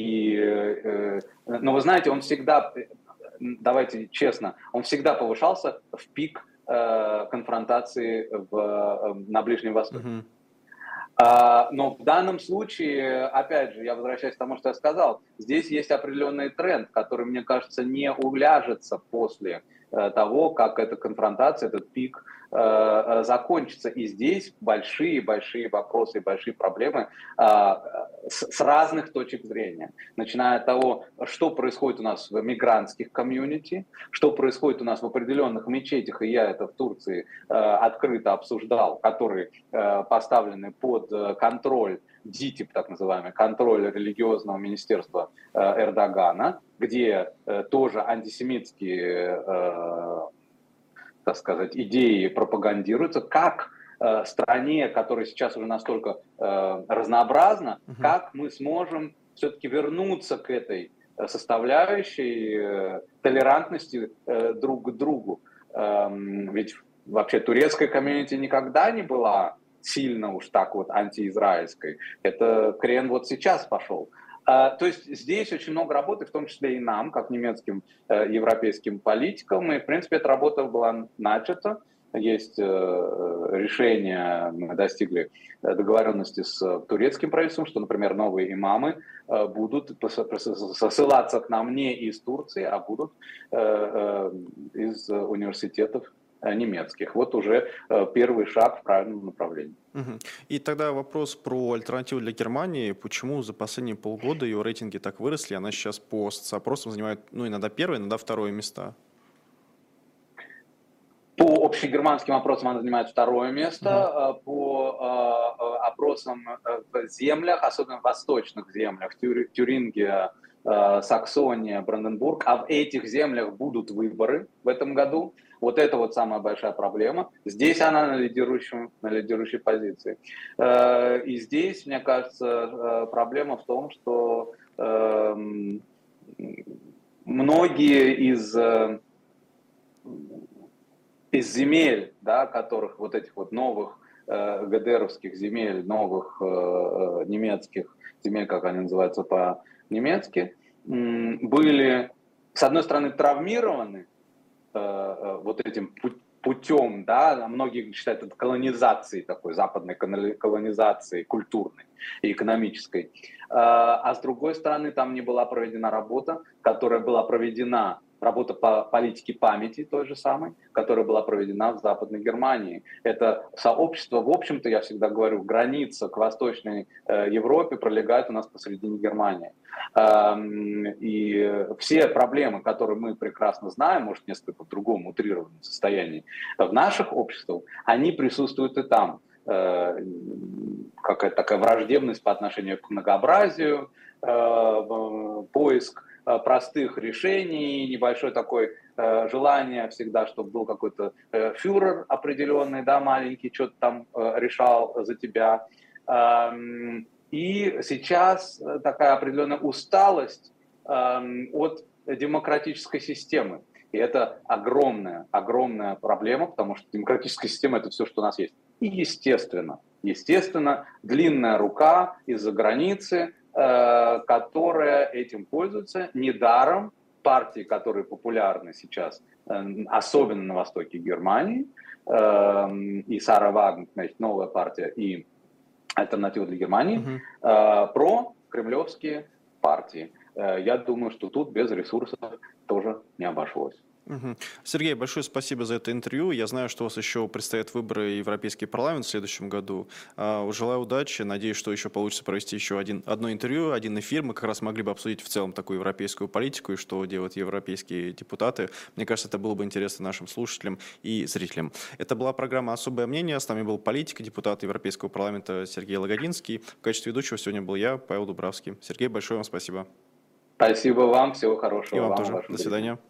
вы знаете, он всегда, давайте честно, он всегда повышался в пик конфронтации на Ближнем Востоке. Но в данном случае, опять же, я возвращаюсь к тому, что я сказал, здесь есть определенный тренд, который, мне кажется, не уляжется после того, как эта конфронтация, этот пик закончится. И здесь большие-большие вопросы, большие проблемы с разных точек зрения. Начиная от того, что происходит у нас в мигрантских комьюнити, что происходит у нас в определенных мечетях, и я это в Турции открыто обсуждал, которые поставлены под контроль ДИТИП, так называемый, контроль религиозного министерства Эрдогана, где тоже антисемитские, так сказать, идеи пропагандируются, как стране, которая сейчас уже настолько разнообразна, как мы сможем все-таки вернуться к этой составляющей толерантности друг к другу. Ведь вообще турецкая комьюнити никогда не была сильно уж так вот антиизраильской. Это крен вот сейчас пошел. То есть здесь очень много работы, в том числе и нам, как немецким европейским политикам. И, в принципе, эта работа была начата. Есть решение, мы достигли договоренности с турецким правительством, что, например, новые имамы будут ссылаться к нам не из Турции, а будут из университетов немецких. Вот уже первый шаг в правильном направлении. И тогда вопрос про альтернативу для Германии. Почему за последние полгода ее рейтинги так выросли? Она сейчас по соцопросам занимает, иногда первое, иногда второе место. По общегерманским опросам она занимает второе место. По опросам в землях, особенно в восточных землях, Тюрингия, Саксония, Бранденбург, а в этих землях будут выборы в этом году. Вот это вот самая большая проблема. Здесь она на лидирующей позиции. И здесь, мне кажется, проблема в том, что многие из земель, да, которых вот этих вот новых ГДРовских земель, новых немецких земель, как они называются по-немецки, были, с одной стороны, травмированы вот этим путем, да, многие считают это колонизацией такой, западной колонизацией культурной и экономической, а с другой стороны, там не была проведена работа, которая была проведена работа по политике памяти той же самой, которая была проведена в Западной Германии. Это сообщество, в общем-то, я всегда говорю, граница к Восточной Европе пролегает у нас посередине Германии. И все проблемы, которые мы прекрасно знаем, может, несколько в другом утрированном состоянии, в наших обществах, они присутствуют и там. Какая-то такая враждебность по отношению к многообразию, поиск простых решений, небольшое такое желание всегда, чтобы был какой-то фюрер определенный, да, маленький, что-то там решал за тебя. И сейчас такая определенная усталость от демократической системы. И это огромная проблема, потому что демократическая система – это все, что у нас есть. И естественно, длинная рука из-за границы, которая этим пользуется. Недаром партии, которые популярны сейчас, особенно на востоке Германии, и Сара Вагнер, значит, новая партия, и Альтернатива для Германии, про кремлевские партии. Я думаю, что тут без ресурсов тоже не обошлось. Сергей, большое спасибо за это интервью. Я знаю, что у вас еще предстоят выборы в Европейский парламент в следующем году. Желаю удачи. Надеюсь, что еще получится провести еще одно интервью, один эфир. Мы как раз могли бы обсудить в целом такую европейскую политику и что делают европейские депутаты. Мне кажется, это было бы интересно нашим слушателям и зрителям. Это была программа «Особое мнение». С нами был политик, депутат Европейского парламента Сергей Лагодинский. В качестве ведущего сегодня был я, Павел Дубравский. Сергей, большое вам спасибо. Спасибо вам, всего хорошего. И вам тоже. До свидания.